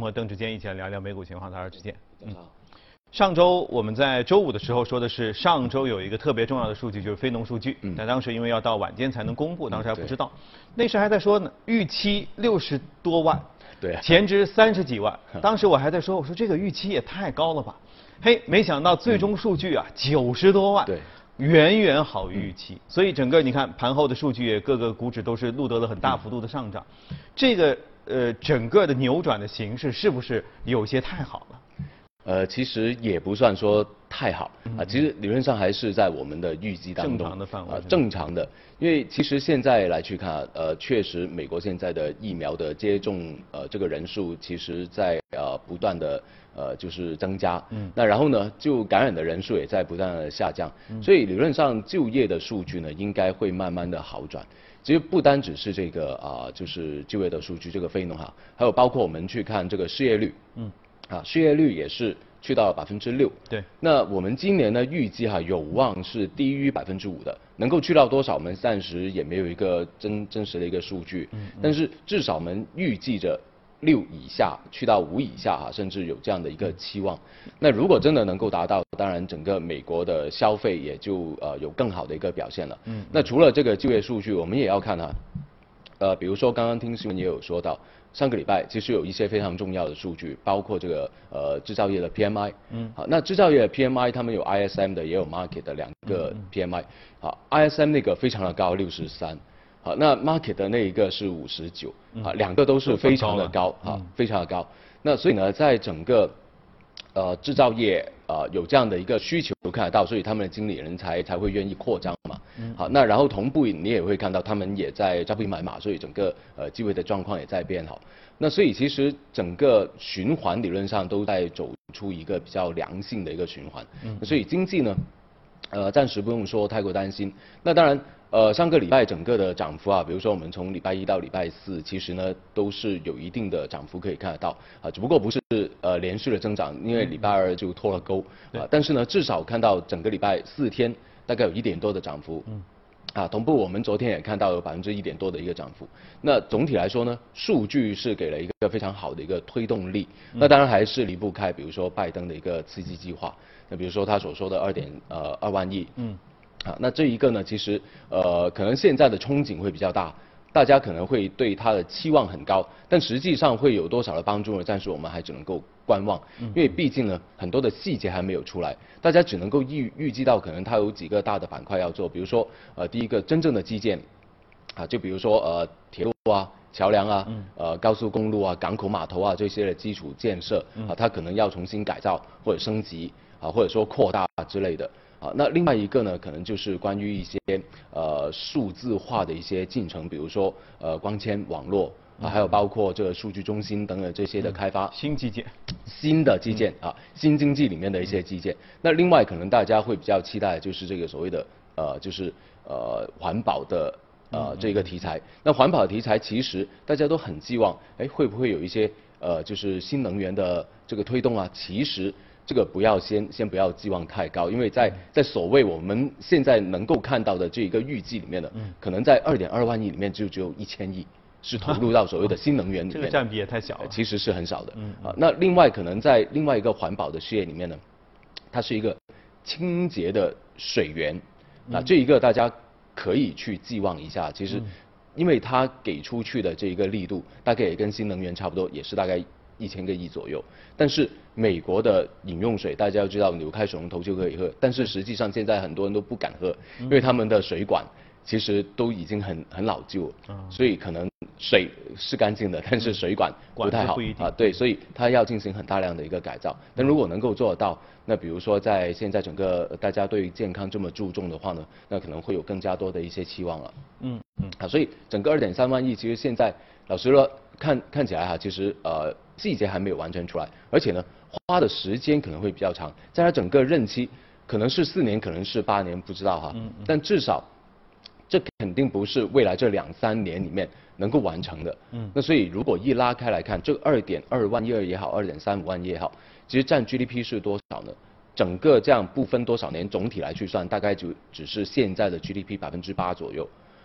和邓志坚一起来聊聊美股情况。早上之见。 好。 上周我们在周五的时候说的是上周有一个特别重要的数据，就是非农数据。但当时因为要到晚间才能公布，当时还不知道。那时还在说呢，预期60多万， 对， 前值30几万。当时我还在说，我说这个预期也太高了吧。嘿，没想到最终数据啊，90多万。 对。 远远好于预期，所以整个你看盘后的数据也各个股指都是录得了很大幅度的上涨，这个整个的扭转的形势是不是有些太好了？ 其实也不算说太好啊，其实理论上还是在我们的预计当中， 正常的范围， 正常的。因为其实现在来去看，确实美国现在的疫苗的接种这个人数，其实在不断的就是增加，那然后呢，就感染的人数也在不断的下降，所以理论上就业的数据呢，应该会慢慢的好转。其实不单只是这个就是就业的数据，这个非农哈，还有包括我们去看这个失业率，失业率也是去到了6%。 对。 那我们今年呢预计有望是低于5%的，能够去到多少，我们暂时也没有一个真实的一个数据。但是至少我们预计着6以下，去到5以下甚至有这样的一个期望。那如果真的能够达到，当然整个美国的消费也就有更好的一个表现了。那除了这个就业数据，我们也要看比如说刚刚听新闻也有说到，上个礼拜其实有一些非常重要的数据，包括这个制造业的 PMI。好，那制造业的 PMI 他们有 ISM 的，也有 Market 的2个 PMI。好 ，ISM 那个非常的高，63。好，那 Market 的那一个是59。啊，2个都是非常的高，非常的高。那所以呢，在整个制造业有这样的一个需求看得到，所以他们的经理人才会愿意扩张嘛。好，那然后同步你也会看到他们也在招兵买马，所以整个机会的状况也在变好。那所以其实整个循环理论上都在走出一个比较良性的一个循环。所以经济呢，暂时不用说太过担心。那当然。上个礼拜整个的涨幅比如说我们从礼拜1到礼拜4，其实呢都是有一定的涨幅可以看得到只不过不是连续的增长，因为礼拜2就脱了钩但是呢至少看到整个礼拜4天大概有1点多的涨幅。同步我们昨天也看到有1%点多的一个涨幅。那总体来说呢，数据是给了一个非常好的一个推动力。那当然还是离不开，比如说拜登的一个刺激计划。那比如说他所说的2.2万亿。那这一个呢，其实可能现在的憧憬会比较大，大家可能会对它的期望很高，但实际上会有多少的帮助呢？暂时我们还只能够观望，因为毕竟呢很多的细节还没有出来，大家只能够预计到可能它有几个大的板块要做，比如说第一个真正的基建就比如说铁路桥梁高速公路港口码头这些的基础建设它可能要重新改造或者升级或者说扩大之类的。那另外一个呢，可能就是关于一些数字化的一些进程，比如说光纤网络还有包括这个数据中心等等这些的开发。 新基建。 新的基建新经济里面的一些基建。那另外可能大家会比较期待的就是这个所谓的就是环保的这个题材。那环保题材其实大家都很希望，会不会有一些就是新能源的这个推动其实。这个不要先不要寄望太高，因为在所谓我们现在能够看到的这一个预计里面呢，可能在2.2万亿里面就只有1000亿是投入到所谓的新能源里面， 这个占比也太小了， 其实是很少的。那另外可能在另外一个环保的事业里面呢，它是一个清洁的水源，这一个大家可以去寄望一下，其实因为它给出去的这一个力度，大概也跟新能源差不多，也是大概1000个亿左右。但是美国的饮用水，大家要知道扭开水龙头就可以喝，但是实际上现在很多人都不敢喝，因为他们的水管其实都已经很老旧了，所以可能水是干净的，但是水管不太好对，所以它要进行很大量的一个改造。但如果能够做得到，那比如说在现在整个大家对健康这么注重的话呢，那可能会有更加多的一些期望了。所以整个2.3万亿，其实现在老实说看起来其实细节还没有完全出来，而且呢花的时间可能会比较长，在它整个任期可能是4年，可能是8年，不知道但至少这肯定不是未来这2-3年里面能够完成的。那所以如果一拉开来看，这2.2万亿也好，2.35万亿也好，其实占 GDP 是多少呢？整个这样不分多少年，总体来去算，大概就只是现在的 GDP8%左右。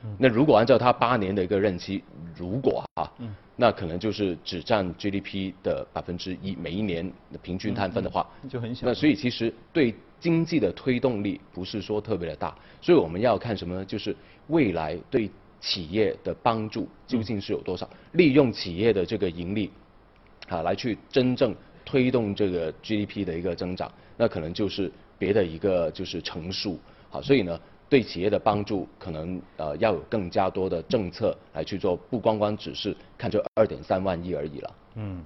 那如果按照他8年的一个任期，如果那可能就是只占 GDP 的1%，每一年的平均摊分的话， 就很小。 那所以其实对经济的推动力不是说特别的大，所以我们要看什么呢？就是未来对企业的帮助究竟是有多少，利用企业的这个盈利来去真正推动这个 GDP 的一个增长，那可能就是别的一个就是乘数。所以呢，对企业的帮助可能要有更加多的政策来去做，不光光只是看这2.3万亿而已了。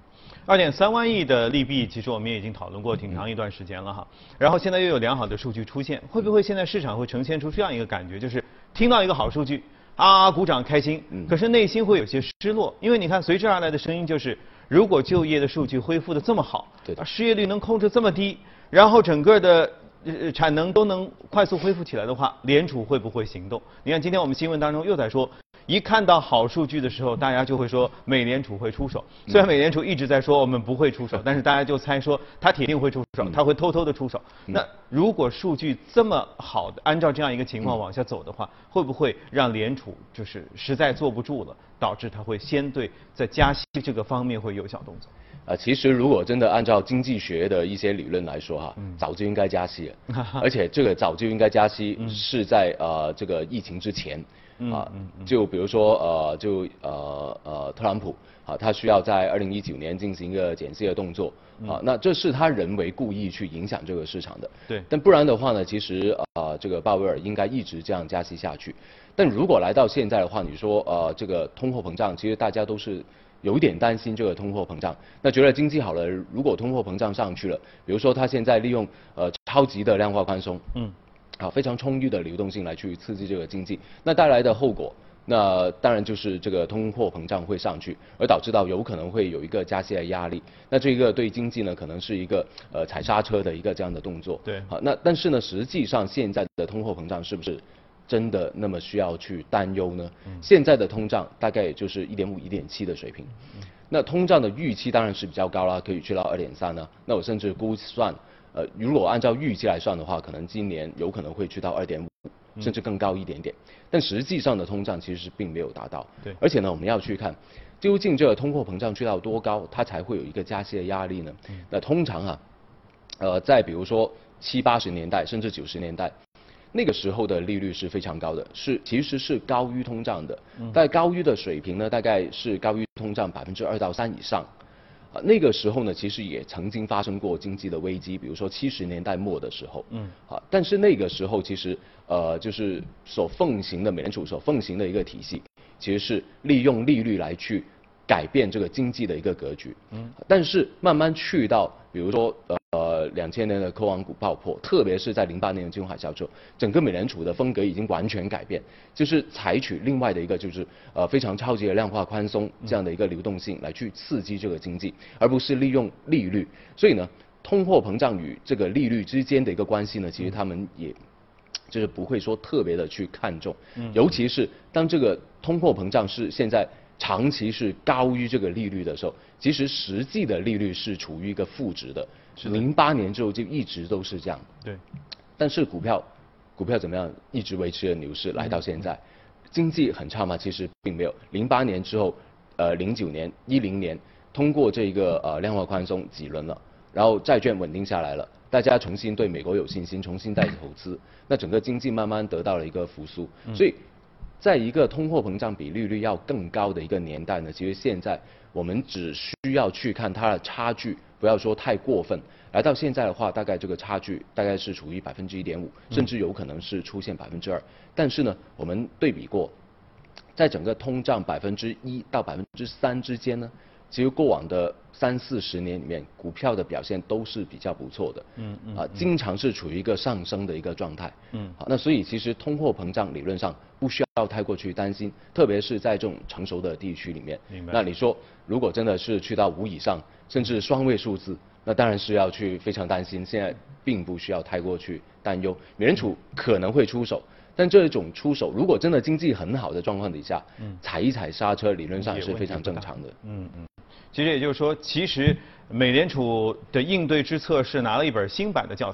2.3万亿的利弊，其实我们也已经讨论过挺长一段时间了哈。然后现在又有良好的数据出现，会不会现在市场会呈现出这样一个感觉，就是听到一个好数据鼓掌开心，可是内心会有些失落，因为你看随之而来的声音就是，如果就业的数据恢复的这么好，失业率能控制这么低，然后整个的产能都能快速恢复起来的话，联储会不会行动？你看今天我们新闻当中又在说，一看到好数据的时候，大家就会说美联储会出手。虽然美联储一直在说我们不会出手，但是大家就猜说他铁定会出手，他会偷偷的出手。那如果数据这么好的，按照这样一个情况往下走的话，会不会让联储就是实在坐不住了，导致他会先对在加息这个方面会有小动作？ 其实如果真的按照经济学的一些理论来说早就应该加息了，而且这个早就应该加息是在这个疫情之前。就比如说特朗普他需要在2019年进行一个减息的动作那这是他人为故意去影响这个市场的。 对。 但不然的话呢，其实这个鲍威尔应该一直这样加息下去。但如果来到现在的话，你说这个通货膨胀，其实大家都是有一点担心这个通货膨胀。那觉得经济好了，如果通货膨胀上去了，比如说他现在利用超级的量化宽松，非常充裕的流动性来去刺激这个经济，那带来的后果，那当然就是这个通货膨胀会上去，而导致到有可能会有一个加息的压力。那这个对经济呢，可能是一个踩刹车的一个这样的动作。 对。 那但是呢，实际上现在的通货膨胀是不是真的那么需要去担忧呢？现在的通胀大概也就是1.5、1.7的水平。那通胀的预期当然是比较高啦，可以去到2.3呢。那我甚至估算。如果按照预计来算的话，可能今年有可能会去到2.5，甚至更高一点点。但实际上的通胀其实是并没有达到。 对。 而且呢，我们要去看，究竟这个通货膨胀去到多高，它才会有一个加息的压力呢？那通常在比如说70、80年代甚至90年代，那个时候的利率是非常高的，其实是高于通胀的。但高于的水平呢，大概是高于通胀2%到3%以上。那个时候呢，其实也曾经发生过经济的危机，比如说70年代末的时候。但是那个时候其实就是美联储所奉行的一个体系，其实是利用利率来去改变这个经济的一个格局。但是慢慢去到比如说2000年的科网股爆破，特别是在08年的金融海啸之后，整个美联储的风格已经完全改变，就是采取另外的一个就是非常超级的量化宽松这样的一个流动性来去刺激这个经济，而不是利用利率。所以呢，通货膨胀与这个利率之间的一个关系呢，其实他们也就是不会说特别的去看重，尤其是当这个通货膨胀是现在长期是高于这个利率的时候，其实实际的利率是处于一个负值的。08年之后就一直都是这样。 对。 但是股票怎么样？一直维持了牛市来到现在。经济很差吗？其实并没有。08年之后，09年、10年通过这个量化宽松几轮了，然后债券稳定下来了，大家重新对美国有信心，重新再投资，那整个经济慢慢得到了一个复苏。所以在一个通货膨胀比利率要更高的一个年代呢，其实现在我们只需要去看它的差距，不要说太过分。来到现在的话，大概这个差距大概是处于1.5%，甚至有可能是出现2%。但是呢，我们对比过，在整个通胀1%到3%之间呢，其实过往的30-40年里面，股票的表现都是比较不错的。经常是处于一个上升的一个状态。那所以其实通货膨胀理论上不需要太过去担心，特别是在这种成熟的地区里面。那你说，如果真的是去到5以上，甚至双位数字，那当然是要去非常担心。现在并不需要太过去担忧，美联储可能会出手，但这种出手，如果真的经济很好的状况底下，踩一踩刹车，理论上也是非常正常的。 其实也就是说，其实美联储的应对之策是拿了一本新版的教材。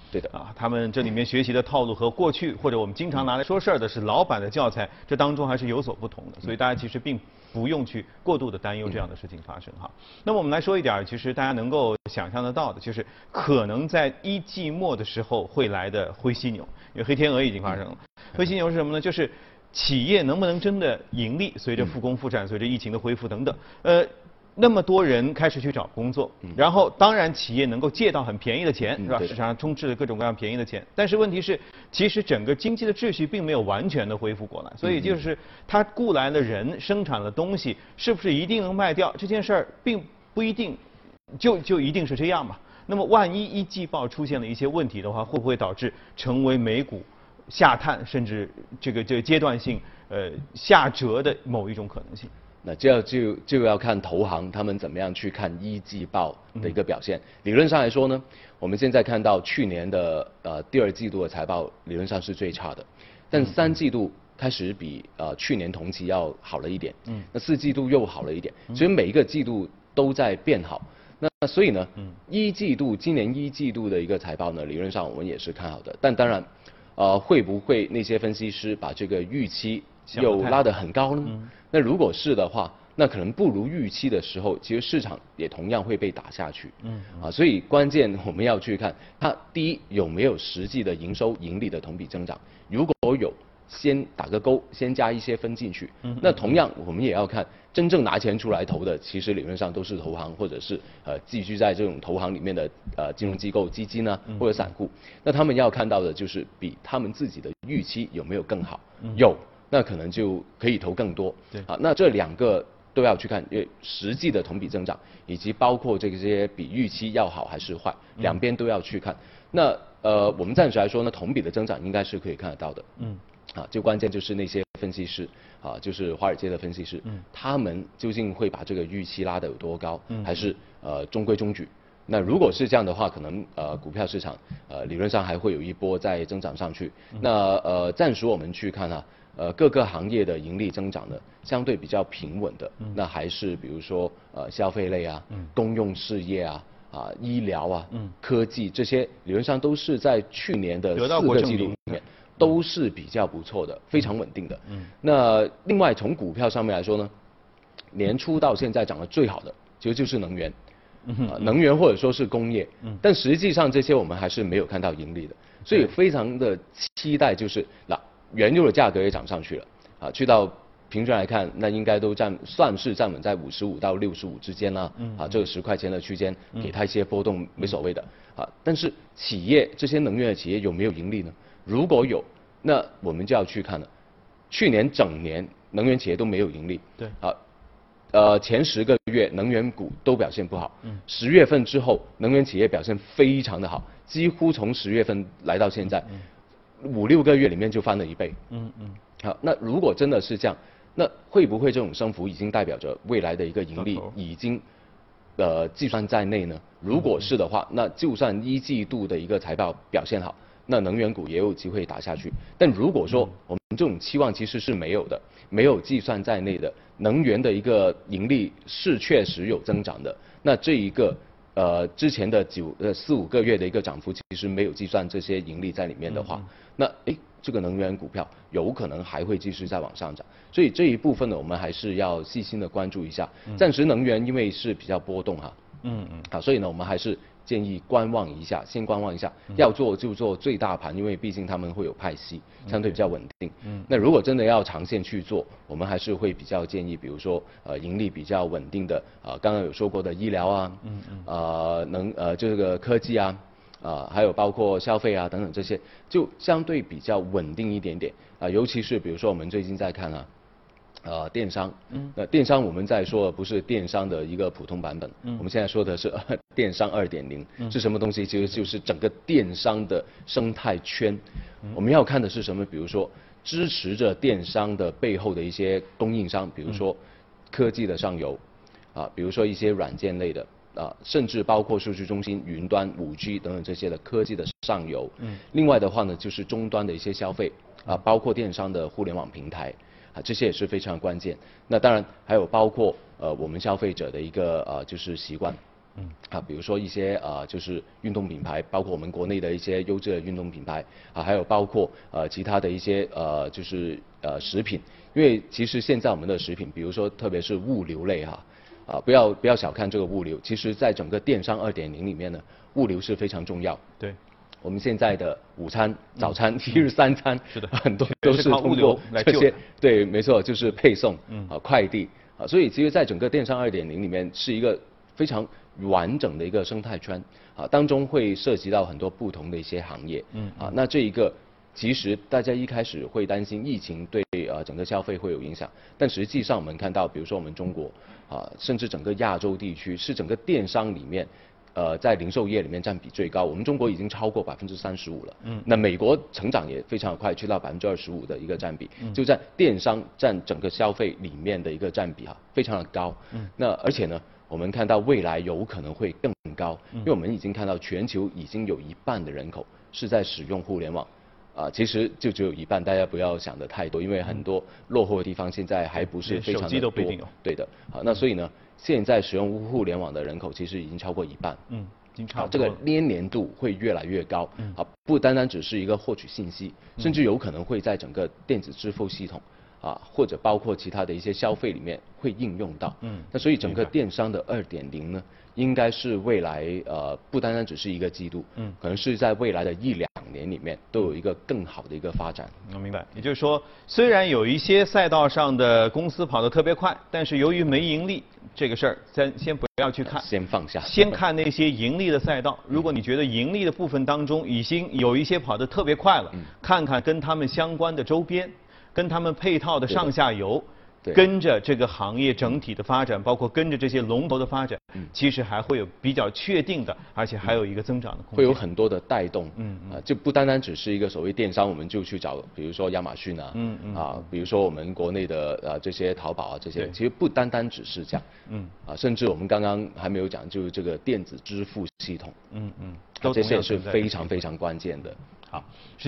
对的啊，他们这里面学习的套路和过去或者我们经常拿来说事儿的是老板的教材，这当中还是有所不同的，所以大家其实并不用去过度的担忧这样的事情发生哈。那么我们来说一点，其实大家能够想象得到的，就是可能在一季末的时候会来的灰犀牛，因为黑天鹅已经发生了。灰犀牛是什么呢？就是企业能不能真的盈利，随着复工复产，随着疫情的恢复等等，那么多人开始去找工作，然后当然企业能够借到很便宜的钱，是吧？市场上充斥着各种各样便宜的钱，但是问题是，其实整个经济的秩序并没有完全的恢复过来，所以就是他雇来了人，生产了东西，是不是一定能卖掉这件事儿，并不一定就一定是这样嘛？那么万一一季报出现了一些问题的话，会不会导致成为美股下探甚至这个阶段性下折的某一种可能性？ 那就要看投行他们怎么样去看一季报的一个表现。理论上来说呢，我们现在看到去年的第二季度的财报理论上是最差的，但三季度开始比去年同期要好了一点，那四季度又好了一点，所以每一个季度都在变好。那所以呢，今年一季度的一个财报呢，理论上我们也是看好的，但当然，会不会那些分析师把这个预期又拉得很高呢？那如果是的话，那可能不如预期的时候，其实市场也同样会被打下去。所以关键我们要去看它第一有没有实际的营收盈利的同比增长，如果有，先打个勾，先加一些分进去。那同样我们也要看真正拿钱出来投的，其实理论上都是投行或者是寄居在这种投行里面的金融机构、基金啊或者散户。那他们要看到的就是比他们自己的预期有没有更好，有。那可能就可以投更多。 对。 那这两个都要去看，因为实际的同比增长，以及包括这些比预期要好还是坏，两边都要去看。那我们暂时来说呢，同比的增长应该是可以看得到的。就关键就是那些分析师就是华尔街的分析师，他们究竟会把这个预期拉得有多高，还是中规中矩？那如果是这样的话，可能股票市场理论上还会有一波再增长上去。那暂时我们去看各个行业的盈利增长呢，相对比较平稳的，那还是比如说消费类啊，公用事业啊，医疗啊，科技这些理论上都是在去年的4个季度里面都是比较不错的，非常稳定的。那另外从股票上面来说呢，年初到现在涨得最好的其实就是能源。能源或者说是工业，但实际上这些我们还是没有看到盈利的，所以非常的期待就是原油的价格也涨上去了，去到平均来看，那应该都算是站稳在55到65之间啦，这个10块钱的区间，给它一些波动没所谓的，但是这些能源的企业有没有盈利呢？如果有，那我们就要去看了，去年整年能源企业都没有盈利， 对， 前10个月能源股都表现不好，10月份之后能源企业表现非常的好，几乎从10月份来到现在，5、6个月里面就翻了1倍。好，那如果真的是这样，那会不会这种升幅已经代表着未来的一个盈利已经计算在内呢？如果是的话，那就算一季度的一个财报表现好，那能源股也有机会打下去。但如果说我们这种期望其实是没有的，没有计算在内的，能源的一个盈利是确实有增长的，那这一个之前的4、5个月的一个涨幅其实没有计算这些盈利在里面的话，那这个能源股票有可能还会继续再往上涨，所以这一部分呢，我们还是要细心的关注一下。暂时能源因为是比较波动好，所以呢，我们还是建议观望一下，先观望一下，要做就做最大盘，因为毕竟他们会有派息，相对比较稳定。那如果真的要长线去做，我们还是会比较建议，比如说盈利比较稳定的刚刚有说过的医疗这个科技还有包括消费等等这些，就相对比较稳定一点点尤其是比如说我们最近在看电商，那电商我们在说的不是电商的一个普通版本，我们现在说的是电商2.0，是什么东西？其实就是整个电商的生态圈。我们要看的是什么？比如说支持着电商的背后的一些供应商，比如说科技的上游比如说一些软件类的甚至包括数据中心、云端、5G 等等这些的科技的上游。另外的话呢，就是终端的一些消费包括电商的互联网平台。这些也是非常关键。那当然还有包括我们消费者的一个就是习惯比如说一些就是运动品牌，包括我们国内的一些优质的运动品牌还有包括其他的一些就是食品，因为其实现在我们的食品，比如说特别是物流类不要小看这个物流，其实在整个电商2.0里面呢，物流是非常重要。 对。 我们现在的午餐、早餐、一日三餐， 是的， 很多都是通过这些，对，没错，就是配送，快递，所以其实在整个电商2.0里面是一个非常完整的一个生态圈，当中会涉及到很多不同的一些行业，那这一个其实大家一开始会担心疫情对整个消费会有影响，但实际上我们看到，比如说我们中国甚至整个亚洲地区是整个电商里面。在零售业里面占比最高，我们中国已经超过35%了。那美国成长也非常快，去到25%的一个占比，就在电商占整个消费里面的一个占比非常的高。那而且呢，我们看到未来有可能会更高，因为我们已经看到全球已经有1半的人口是在使用互联网。其实就只有1半，大家不要想得太多，因为很多落后的地方现在还不是非常的多。手机都不一定有。对的，那所以呢，现在使用互联网的人口其实已经超过1半。已经差不多。这个粘连度会越来越高。不单单只是一个获取信息，甚至有可能会在整个电子支付系统或者包括其他的一些消费里面会应用到。那所以整个电商的2.0呢，应该是未来不单单只是一个季度，可能是在未来的1-2年里面都有一个更好的一个发展。 我明白，也就是说，虽然有一些赛道上的公司跑得特别快，但是由于没盈利这个事儿，咱先不要去看， 先放下， 先看那些盈利的赛道。如果你觉得盈利的部分当中已经有一些跑得特别快了，看看跟他们相关的周边，跟他们配套的上下游。跟着这个行业整体的发展，包括跟着这些龙头的发展，其实还会有比较确定的，而且还有一个增长的空间。 会有很多的带动，就不单单只是一个所谓电商，我们就去找，比如说亚马逊比如说我们国内的这些淘宝这些，其实不单单只是这样，甚至我们刚刚还没有讲，就是这个电子支付系统，这些是非常非常关键的。 好。